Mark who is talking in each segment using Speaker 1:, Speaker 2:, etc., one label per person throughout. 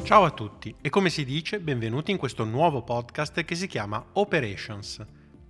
Speaker 1: Ciao a tutti e come si dice, benvenuti in questo nuovo podcast che si chiama Operations.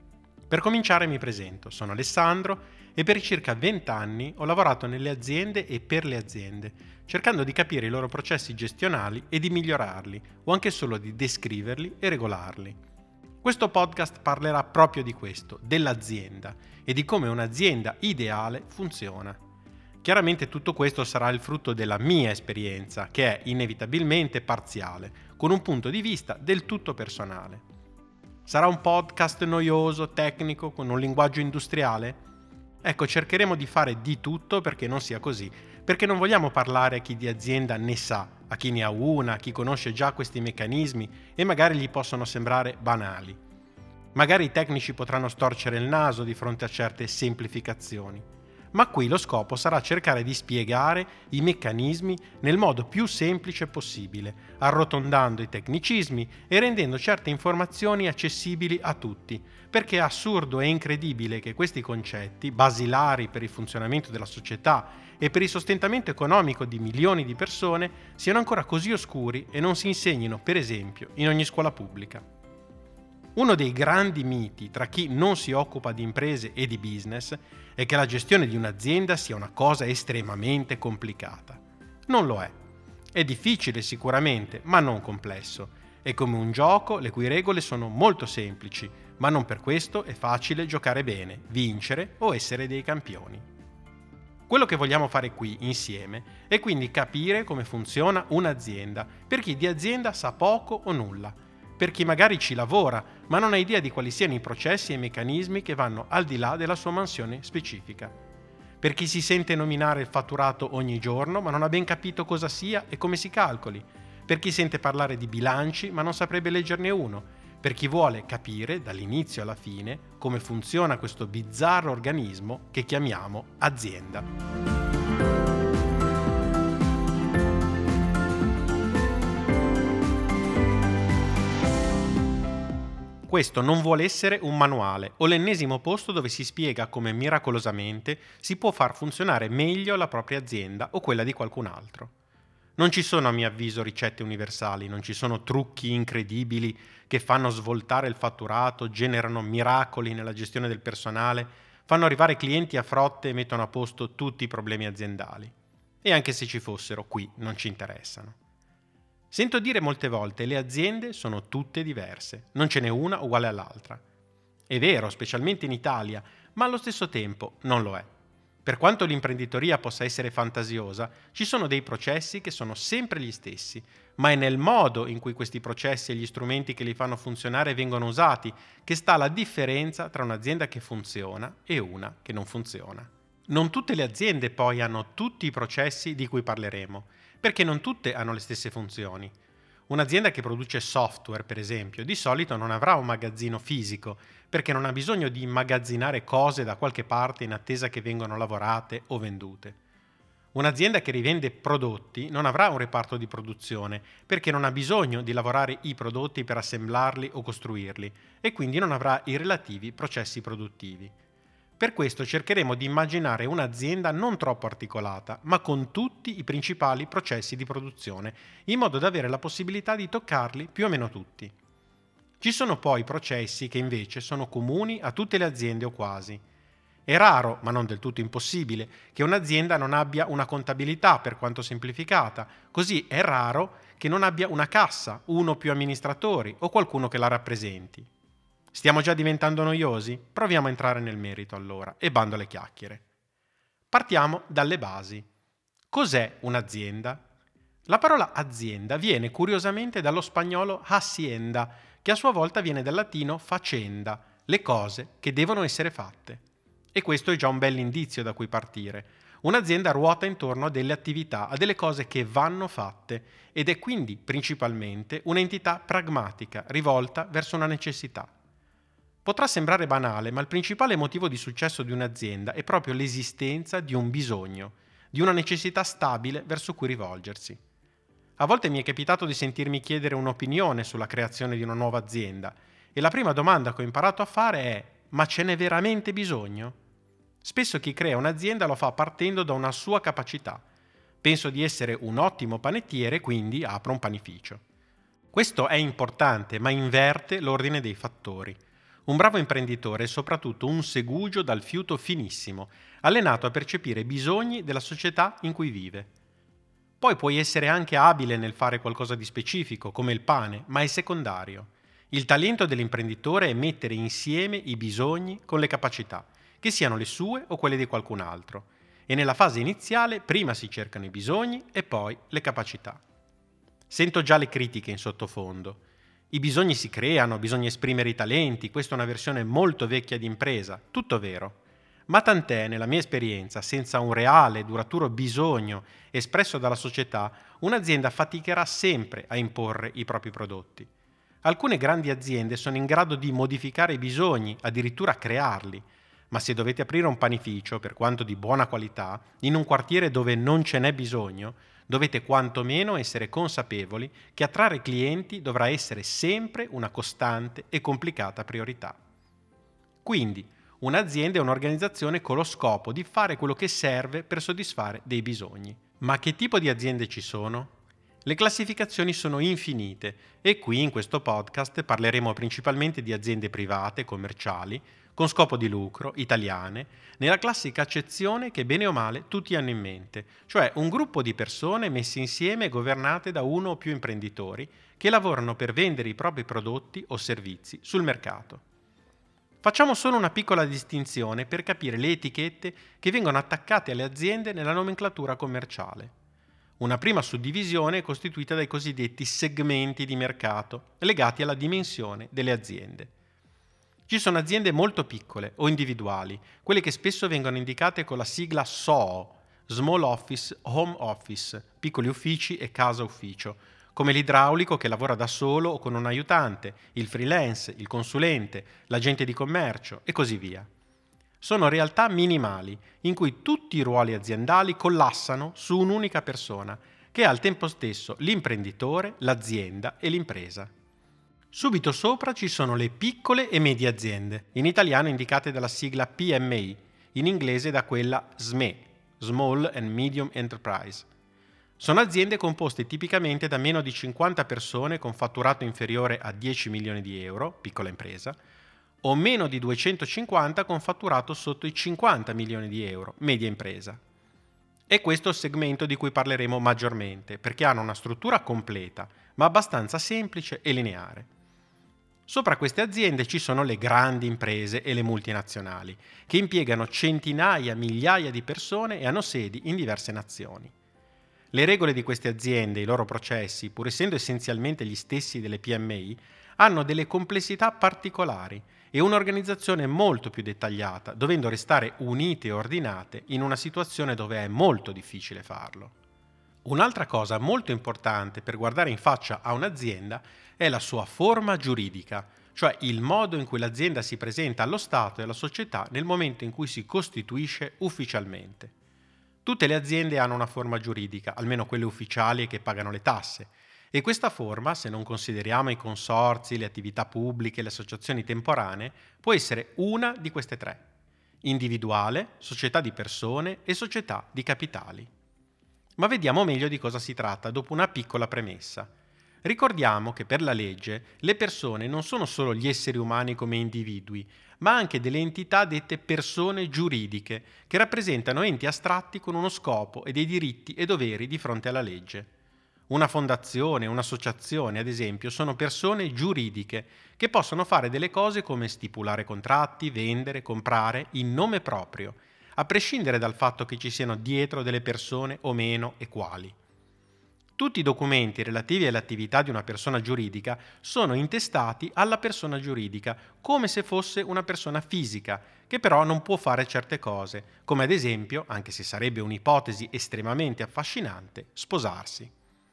Speaker 1: Per cominciare mi presento, sono Alessandro e per circa 20 anni ho lavorato nelle aziende e per le aziende, cercando di capire i loro processi gestionali e di migliorarli o anche solo di descriverli e regolarli. Questo podcast parlerà proprio di questo, dell'azienda e di come un'azienda ideale funziona. Chiaramente tutto questo sarà il frutto della mia esperienza, che è inevitabilmente parziale, con un punto di vista del tutto personale. Sarà un podcast noioso, tecnico, con un linguaggio industriale? Ecco, cercheremo di fare di tutto perché non sia così, perché non vogliamo parlare a chi di azienda ne sa, a chi ne ha una, a chi conosce già questi meccanismi e magari gli possono sembrare banali. Magari i tecnici potranno storcere il naso di fronte a certe semplificazioni. Ma qui lo scopo sarà cercare di spiegare i meccanismi nel modo più semplice possibile, arrotondando i tecnicismi e rendendo certe informazioni accessibili a tutti, perché è assurdo e incredibile che questi concetti, basilari per il funzionamento della società e per il sostentamento economico di milioni di persone, siano ancora così oscuri e non si insegnino, per esempio, in ogni scuola pubblica. Uno dei grandi miti tra chi non si occupa di imprese e di business è che la gestione di un'azienda sia una cosa estremamente complicata. Non lo è. È difficile sicuramente, ma non complesso. È come un gioco le cui regole sono molto semplici, ma non per questo è facile giocare bene, vincere o essere dei campioni. Quello che vogliamo fare qui insieme è quindi capire come funziona un'azienda, per chi di azienda sa poco o nulla, per chi magari ci lavora, ma non ha idea di quali siano i processi e i meccanismi che vanno al di là della sua mansione specifica. Per chi si sente nominare il fatturato ogni giorno, ma non ha ben capito cosa sia e come si calcoli. Per chi sente parlare di bilanci, ma non saprebbe leggerne uno. Per chi vuole capire, dall'inizio alla fine, come funziona questo bizzarro organismo che chiamiamo azienda. Questo non vuole essere un manuale o l'ennesimo posto dove si spiega come miracolosamente si può far funzionare meglio la propria azienda o quella di qualcun altro. Non ci sono, a mio avviso, ricette universali, non ci sono trucchi incredibili che fanno svoltare il fatturato, generano miracoli nella gestione del personale, fanno arrivare clienti a frotte e mettono a posto tutti i problemi aziendali. E anche se ci fossero, qui non ci interessano. Sento dire molte volte le aziende sono tutte diverse, non ce n'è una uguale all'altra. È vero, specialmente in Italia, ma allo stesso tempo non lo è. Per quanto l'imprenditoria possa essere fantasiosa, ci sono dei processi che sono sempre gli stessi, ma è nel modo in cui questi processi e gli strumenti che li fanno funzionare vengono usati che sta la differenza tra un'azienda che funziona e una che non funziona. Non tutte le aziende poi hanno tutti i processi di cui parleremo, perché non tutte hanno le stesse funzioni. Un'azienda che produce software, per esempio, di solito non avrà un magazzino fisico, perché non ha bisogno di immagazzinare cose da qualche parte in attesa che vengano lavorate o vendute. Un'azienda che rivende prodotti non avrà un reparto di produzione, perché non ha bisogno di lavorare i prodotti per assemblarli o costruirli, e quindi non avrà i relativi processi produttivi. Per questo cercheremo di immaginare un'azienda non troppo articolata, ma con tutti i principali processi di produzione, in modo da avere la possibilità di toccarli più o meno tutti. Ci sono poi processi che invece sono comuni a tutte le aziende o quasi. È raro, ma non del tutto impossibile, che un'azienda non abbia una contabilità per quanto semplificata, così è raro che non abbia una cassa, uno o più amministratori o qualcuno che la rappresenti. Stiamo già diventando noiosi? Proviamo a entrare nel merito allora e bando alle chiacchiere. Partiamo dalle basi. Cos'è un'azienda? La parola azienda viene curiosamente dallo spagnolo hacienda, che a sua volta viene dal latino facenda, le cose che devono essere fatte. E questo è già un bel indizio da cui partire. Un'azienda ruota intorno a delle attività, a delle cose che vanno fatte ed è quindi principalmente un'entità pragmatica, rivolta verso una necessità. Potrà sembrare banale, ma il principale motivo di successo di un'azienda è proprio l'esistenza di un bisogno, di una necessità stabile verso cui rivolgersi. A volte mi è capitato di sentirmi chiedere un'opinione sulla creazione di una nuova azienda e la prima domanda che ho imparato a fare è: ma ce n'è veramente bisogno? Spesso chi crea un'azienda lo fa partendo da una sua capacità, Penso di essere un ottimo panettiere, quindi apro un panificio. Questo è importante, ma inverte l'ordine dei fattori. Un bravo imprenditore è soprattutto un segugio dal fiuto finissimo, allenato a percepire i bisogni della società in cui vive. Poi puoi essere anche abile nel fare qualcosa di specifico, come il pane, ma è secondario. Il talento dell'imprenditore è mettere insieme i bisogni con le capacità, che siano le sue o quelle di qualcun altro. E nella fase iniziale prima si cercano i bisogni e poi le capacità. Sento già le critiche in sottofondo. I bisogni si creano, bisogna esprimere i talenti, questa è una versione molto vecchia di impresa, tutto vero. Ma tant'è, nella mia esperienza, senza un reale, duraturo bisogno espresso dalla società, un'azienda faticherà sempre a imporre i propri prodotti. Alcune grandi aziende sono in grado di modificare i bisogni, addirittura crearli, ma se dovete aprire un panificio, per quanto di buona qualità, in un quartiere dove non ce n'è bisogno, dovete quantomeno essere consapevoli che attrarre clienti dovrà essere sempre una costante e complicata priorità. Quindi, un'azienda è un'organizzazione con lo scopo di fare quello che serve per soddisfare dei bisogni. Ma che tipo di aziende ci sono? Le classificazioni sono infinite e qui in questo podcast parleremo principalmente di aziende private, commerciali, con scopo di lucro, italiane, nella classica accezione che bene o male tutti hanno in mente, cioè un gruppo di persone messe insieme e governate da uno o più imprenditori che lavorano per vendere i propri prodotti o servizi sul mercato. Facciamo solo una piccola distinzione per capire le etichette che vengono attaccate alle aziende nella nomenclatura commerciale. Una prima suddivisione è costituita dai cosiddetti segmenti di mercato, legati alla dimensione delle aziende. Ci sono aziende molto piccole o individuali, quelle che spesso vengono indicate con la sigla SOHO, Small Office, Home Office, piccoli uffici e casa ufficio, come l'idraulico che lavora da solo o con un aiutante, il freelance, il consulente, l'agente di commercio e così via. Sono realtà minimali, in cui tutti i ruoli aziendali collassano su un'unica persona, che è al tempo stesso l'imprenditore, l'azienda e l'impresa. Subito sopra ci sono le piccole e medie aziende, in italiano indicate dalla sigla PMI, in inglese da quella SME, Small and Medium Enterprise. Sono aziende composte tipicamente da meno di 50 persone con fatturato inferiore a 10 milioni di euro, piccola impresa, o meno di 250 con fatturato sotto i 50 milioni di euro, media impresa. È questo il segmento di cui parleremo maggiormente, perché hanno una struttura completa, ma abbastanza semplice e lineare. Sopra queste aziende ci sono le grandi imprese e le multinazionali, che impiegano centinaia, migliaia di persone e hanno sedi in diverse nazioni. Le regole di queste aziende e i loro processi, pur essendo essenzialmente gli stessi delle PMI, hanno delle complessità particolari e un'organizzazione molto più dettagliata, dovendo restare unite e ordinate in una situazione dove è molto difficile farlo. Un'altra cosa molto importante per guardare in faccia a un'azienda è la sua forma giuridica, cioè il modo in cui l'azienda si presenta allo Stato e alla società nel momento in cui si costituisce ufficialmente. Tutte le aziende hanno una forma giuridica, almeno quelle ufficiali e che pagano le tasse, e questa forma, se non consideriamo i consorzi, le attività pubbliche, le associazioni temporanee, può essere una di queste tre: individuale, società di persone e società di capitali. Ma vediamo meglio di cosa si tratta dopo una piccola premessa. Ricordiamo che per la legge le persone non sono solo gli esseri umani come individui, ma anche delle entità dette persone giuridiche, che rappresentano enti astratti con uno scopo e dei diritti e doveri di fronte alla legge. Una fondazione, un'associazione, ad esempio, sono persone giuridiche che possono fare delle cose come stipulare contratti, vendere, comprare in nome proprio, a prescindere dal fatto che ci siano dietro delle persone o meno e quali. Tutti i documenti relativi alle attività di una persona giuridica sono intestati alla persona giuridica, come se fosse una persona fisica, che però non può fare certe cose, come ad esempio, anche se sarebbe un'ipotesi estremamente affascinante, sposarsi.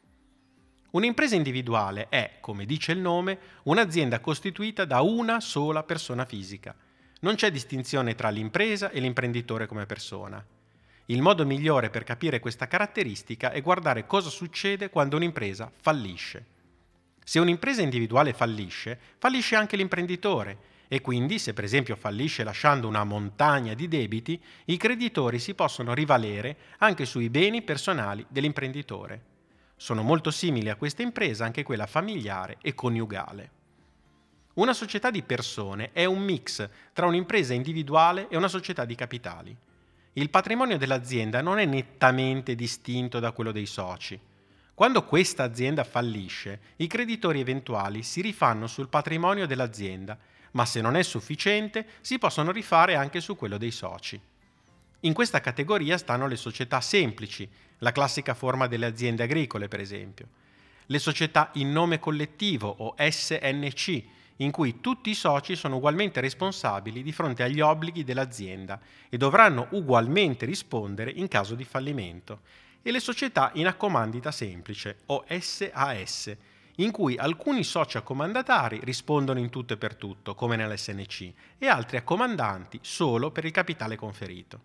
Speaker 1: Un'impresa individuale è, come dice il nome, un'azienda costituita da una sola persona fisica. Non c'è distinzione tra l'impresa e l'imprenditore come persona. Il modo migliore per capire questa caratteristica è guardare cosa succede quando un'impresa fallisce. Se un'impresa individuale fallisce, fallisce anche l'imprenditore E quindi, se per esempio fallisce lasciando una montagna di debiti, i creditori si possono rivalere anche sui beni personali dell'imprenditore. Sono molto simili a questa impresa anche quella familiare e coniugale. Una società di persone è un mix tra un'impresa individuale e una società di capitali. Il patrimonio dell'azienda non è nettamente distinto da quello dei soci. Quando questa azienda fallisce, i creditori eventuali si rifanno sul patrimonio dell'azienda, ma se non è sufficiente si possono rifare anche su quello dei soci. In questa categoria stanno le società semplici, la classica forma delle aziende agricole per esempio, le società in nome collettivo o SNC, in cui tutti i soci sono ugualmente responsabili di fronte agli obblighi dell'azienda e dovranno ugualmente rispondere in caso di fallimento, e le società in accomandita semplice o SAS, in cui alcuni soci accomandatari rispondono in tutto e per tutto, come nell'SNC, e altri accomandanti solo per il capitale conferito.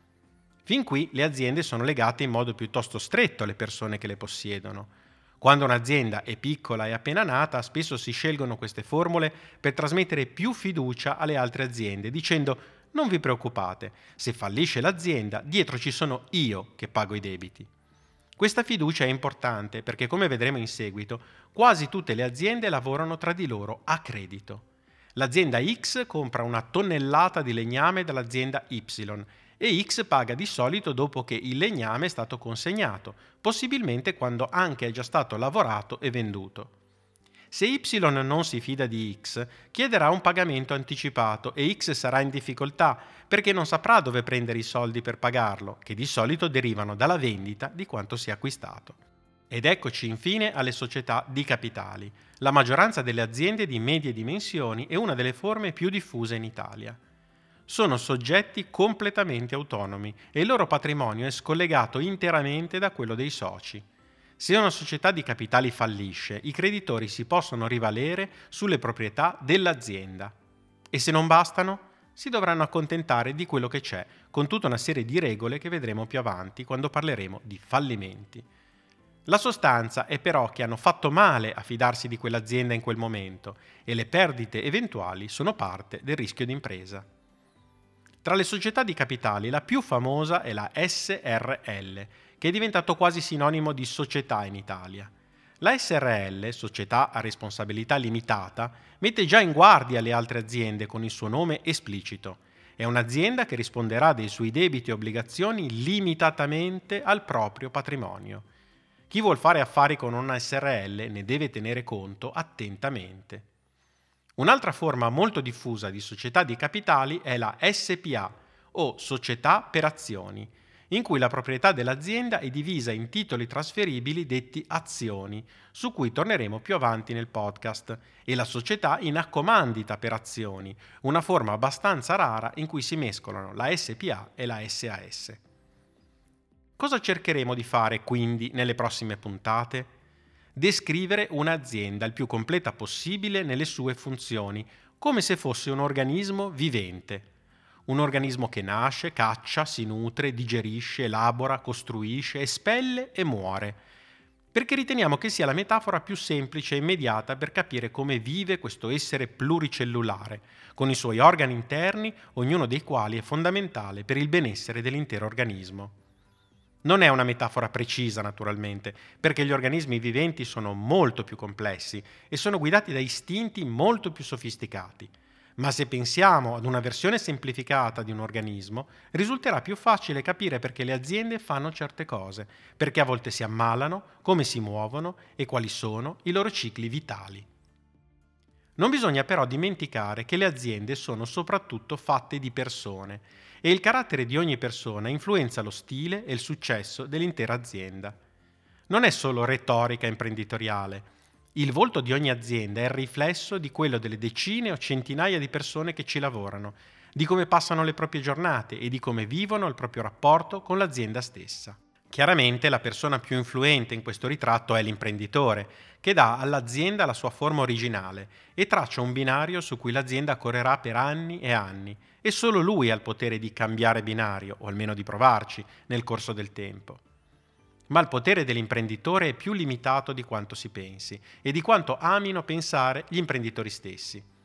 Speaker 1: Fin qui le aziende sono legate in modo piuttosto stretto alle persone che le possiedono. Quando un'azienda è piccola e appena nata, spesso si scelgono queste formule per trasmettere più fiducia alle altre aziende, dicendo: non vi preoccupate, se fallisce l'azienda, dietro ci sono io che pago i debiti. Questa fiducia è importante perché, come vedremo in seguito, quasi tutte le aziende lavorano tra di loro a credito. L'azienda X compra una tonnellata di legname dall'azienda Y e X paga di solito dopo che il legname è stato consegnato, possibilmente quando anche è già stato lavorato e venduto. Se Y non si fida di X, chiederà un pagamento anticipato e X sarà in difficoltà perché non saprà dove prendere i soldi per pagarlo, che di solito derivano dalla vendita di quanto si è acquistato. Ed eccoci infine alle società di capitali. La maggioranza delle aziende di medie dimensioni è una delle forme più diffuse in Italia. Sono soggetti completamente autonomi e il loro patrimonio è scollegato interamente da quello dei soci. Se una società di capitali fallisce, i creditori si possono rivalere sulle proprietà dell'azienda. E se non bastano, si dovranno accontentare di quello che c'è, con tutta una serie di regole che vedremo più avanti quando parleremo di fallimenti. La sostanza è però che hanno fatto male a fidarsi di quell'azienda in quel momento e le perdite eventuali sono parte del rischio d'impresa. Tra le società di capitali la più famosa è la SRL, che è diventato quasi sinonimo di società in Italia. La SRL, Società a Responsabilità Limitata, mette già in guardia le altre aziende con il suo nome esplicito. È un'azienda che risponderà dei suoi debiti e obbligazioni limitatamente al proprio patrimonio. Chi vuol fare affari con una SRL ne deve tenere conto attentamente. Un'altra forma molto diffusa di società di capitali è la SPA o Società per azioni, in cui la proprietà dell'azienda è divisa in titoli trasferibili detti azioni, su cui torneremo più avanti nel podcast, e la società in accomandita per azioni, una forma abbastanza rara in cui si mescolano la SPA e la SAS. Cosa cercheremo di fare quindi nelle prossime puntate? Descrivere un'azienda il più completa possibile nelle sue funzioni, come se fosse un organismo vivente. Un organismo che nasce, caccia, si nutre, digerisce, elabora, costruisce, espelle e muore. Perché riteniamo che sia la metafora più semplice e immediata per capire come vive questo essere pluricellulare, con i suoi organi interni, ognuno dei quali è fondamentale per il benessere dell'intero organismo. Non è una metafora precisa, naturalmente, perché gli organismi viventi sono molto più complessi e sono guidati da istinti molto più sofisticati. Ma se pensiamo ad una versione semplificata di un organismo, risulterà più facile capire perché le aziende fanno certe cose, perché a volte si ammalano, come si muovono e quali sono i loro cicli vitali. Non bisogna però dimenticare che le aziende sono soprattutto fatte di persone e il carattere di ogni persona influenza lo stile e il successo dell'intera azienda. Non è solo retorica imprenditoriale. Il volto di ogni azienda è il riflesso di quello delle decine o centinaia di persone che ci lavorano, di come passano le proprie giornate e di come vivono il proprio rapporto con l'azienda stessa. Chiaramente la persona più influente in questo ritratto è l'imprenditore, che dà all'azienda la sua forma originale e traccia un binario su cui l'azienda correrà per anni e anni, e solo lui ha il potere di cambiare binario, o almeno di provarci, nel corso del tempo. Ma il potere dell'imprenditore è più limitato di quanto si pensi e di quanto amino pensare gli imprenditori stessi.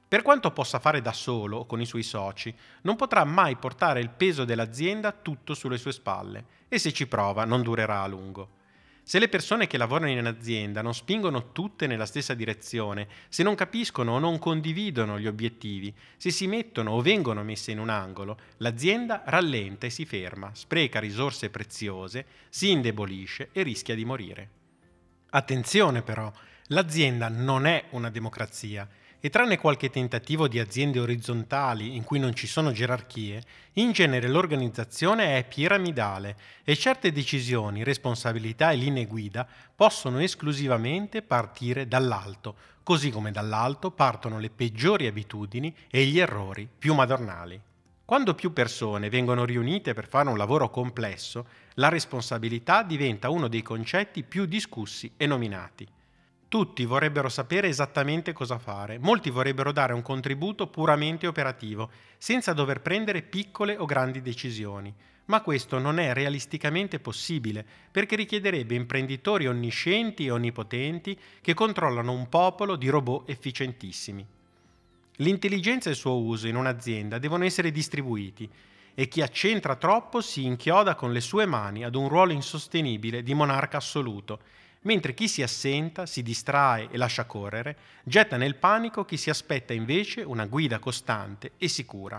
Speaker 1: Per quanto possa fare da solo o con i suoi soci, non potrà mai portare il peso dell'azienda tutto sulle sue spalle e se ci prova non durerà a lungo. Se le persone che lavorano in azienda non spingono tutte nella stessa direzione, se non capiscono o non condividono gli obiettivi, se si mettono o vengono messe in un angolo, l'azienda rallenta e si ferma, spreca risorse preziose, si indebolisce e rischia di morire. Attenzione però, l'azienda non è una democrazia e tranne qualche tentativo di aziende orizzontali in cui non ci sono gerarchie, in genere l'organizzazione è piramidale e certe decisioni, responsabilità e linee guida possono esclusivamente partire dall'alto, così come dall'alto partono le peggiori abitudini e gli errori più madornali. Quando più persone vengono riunite per fare un lavoro complesso, la responsabilità diventa uno dei concetti più discussi e nominati. Tutti vorrebbero sapere esattamente cosa fare, molti vorrebbero dare un contributo puramente operativo, senza dover prendere piccole o grandi decisioni, ma questo non è realisticamente possibile, perché richiederebbe imprenditori onniscienti e onnipotenti che controllano un popolo di robot efficientissimi. L'intelligenza e il suo uso in un'azienda devono essere distribuiti e chi accentra troppo si inchioda con le sue mani ad un ruolo insostenibile di monarca assoluto, mentre chi si assenta, si distrae e lascia correre, getta nel panico chi si aspetta invece una guida costante e sicura.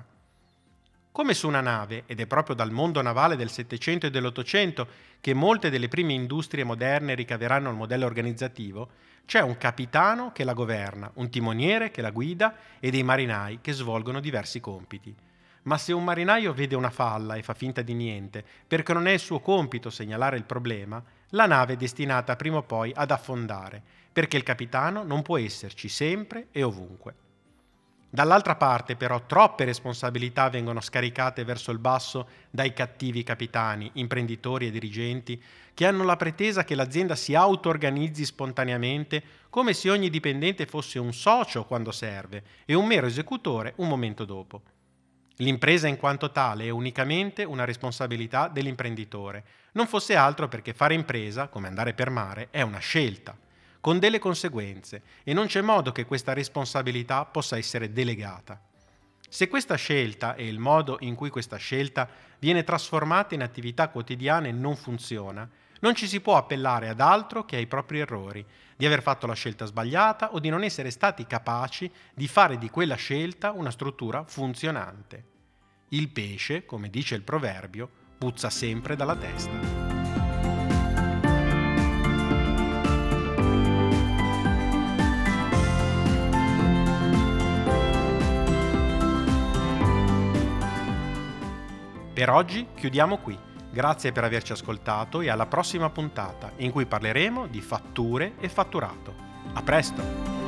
Speaker 1: Come su una nave, ed è proprio dal mondo navale del Settecento e dell'Ottocento che molte delle prime industrie moderne ricaveranno il modello organizzativo, c'è un capitano che la governa, un timoniere che la guida e dei marinai che svolgono diversi compiti. Ma se un marinaio vede una falla e fa finta di niente, perché non è il suo compito segnalare il problema, la nave è destinata prima o poi ad affondare, perché il capitano non può esserci sempre e ovunque. Dall'altra parte, però, troppe responsabilità vengono scaricate verso il basso dai cattivi capitani, imprenditori e dirigenti che hanno la pretesa che l'azienda si auto-organizzi spontaneamente come se ogni dipendente fosse un socio quando serve e un mero esecutore un momento dopo. L'impresa in quanto tale è unicamente una responsabilità dell'imprenditore, non fosse altro perché fare impresa, come andare per mare, è una scelta, con delle conseguenze, e non c'è modo che questa responsabilità possa essere delegata. Se questa scelta e il modo in cui questa scelta viene trasformata in attività quotidiane non funziona, non ci si può appellare ad altro che ai propri errori, di aver fatto la scelta sbagliata o di non essere stati capaci di fare di quella scelta una struttura funzionante. Il pesce, come dice il proverbio, puzza sempre dalla testa. Per oggi chiudiamo qui. Grazie per averci ascoltato e alla prossima puntata in cui parleremo di fatture e fatturato. A presto!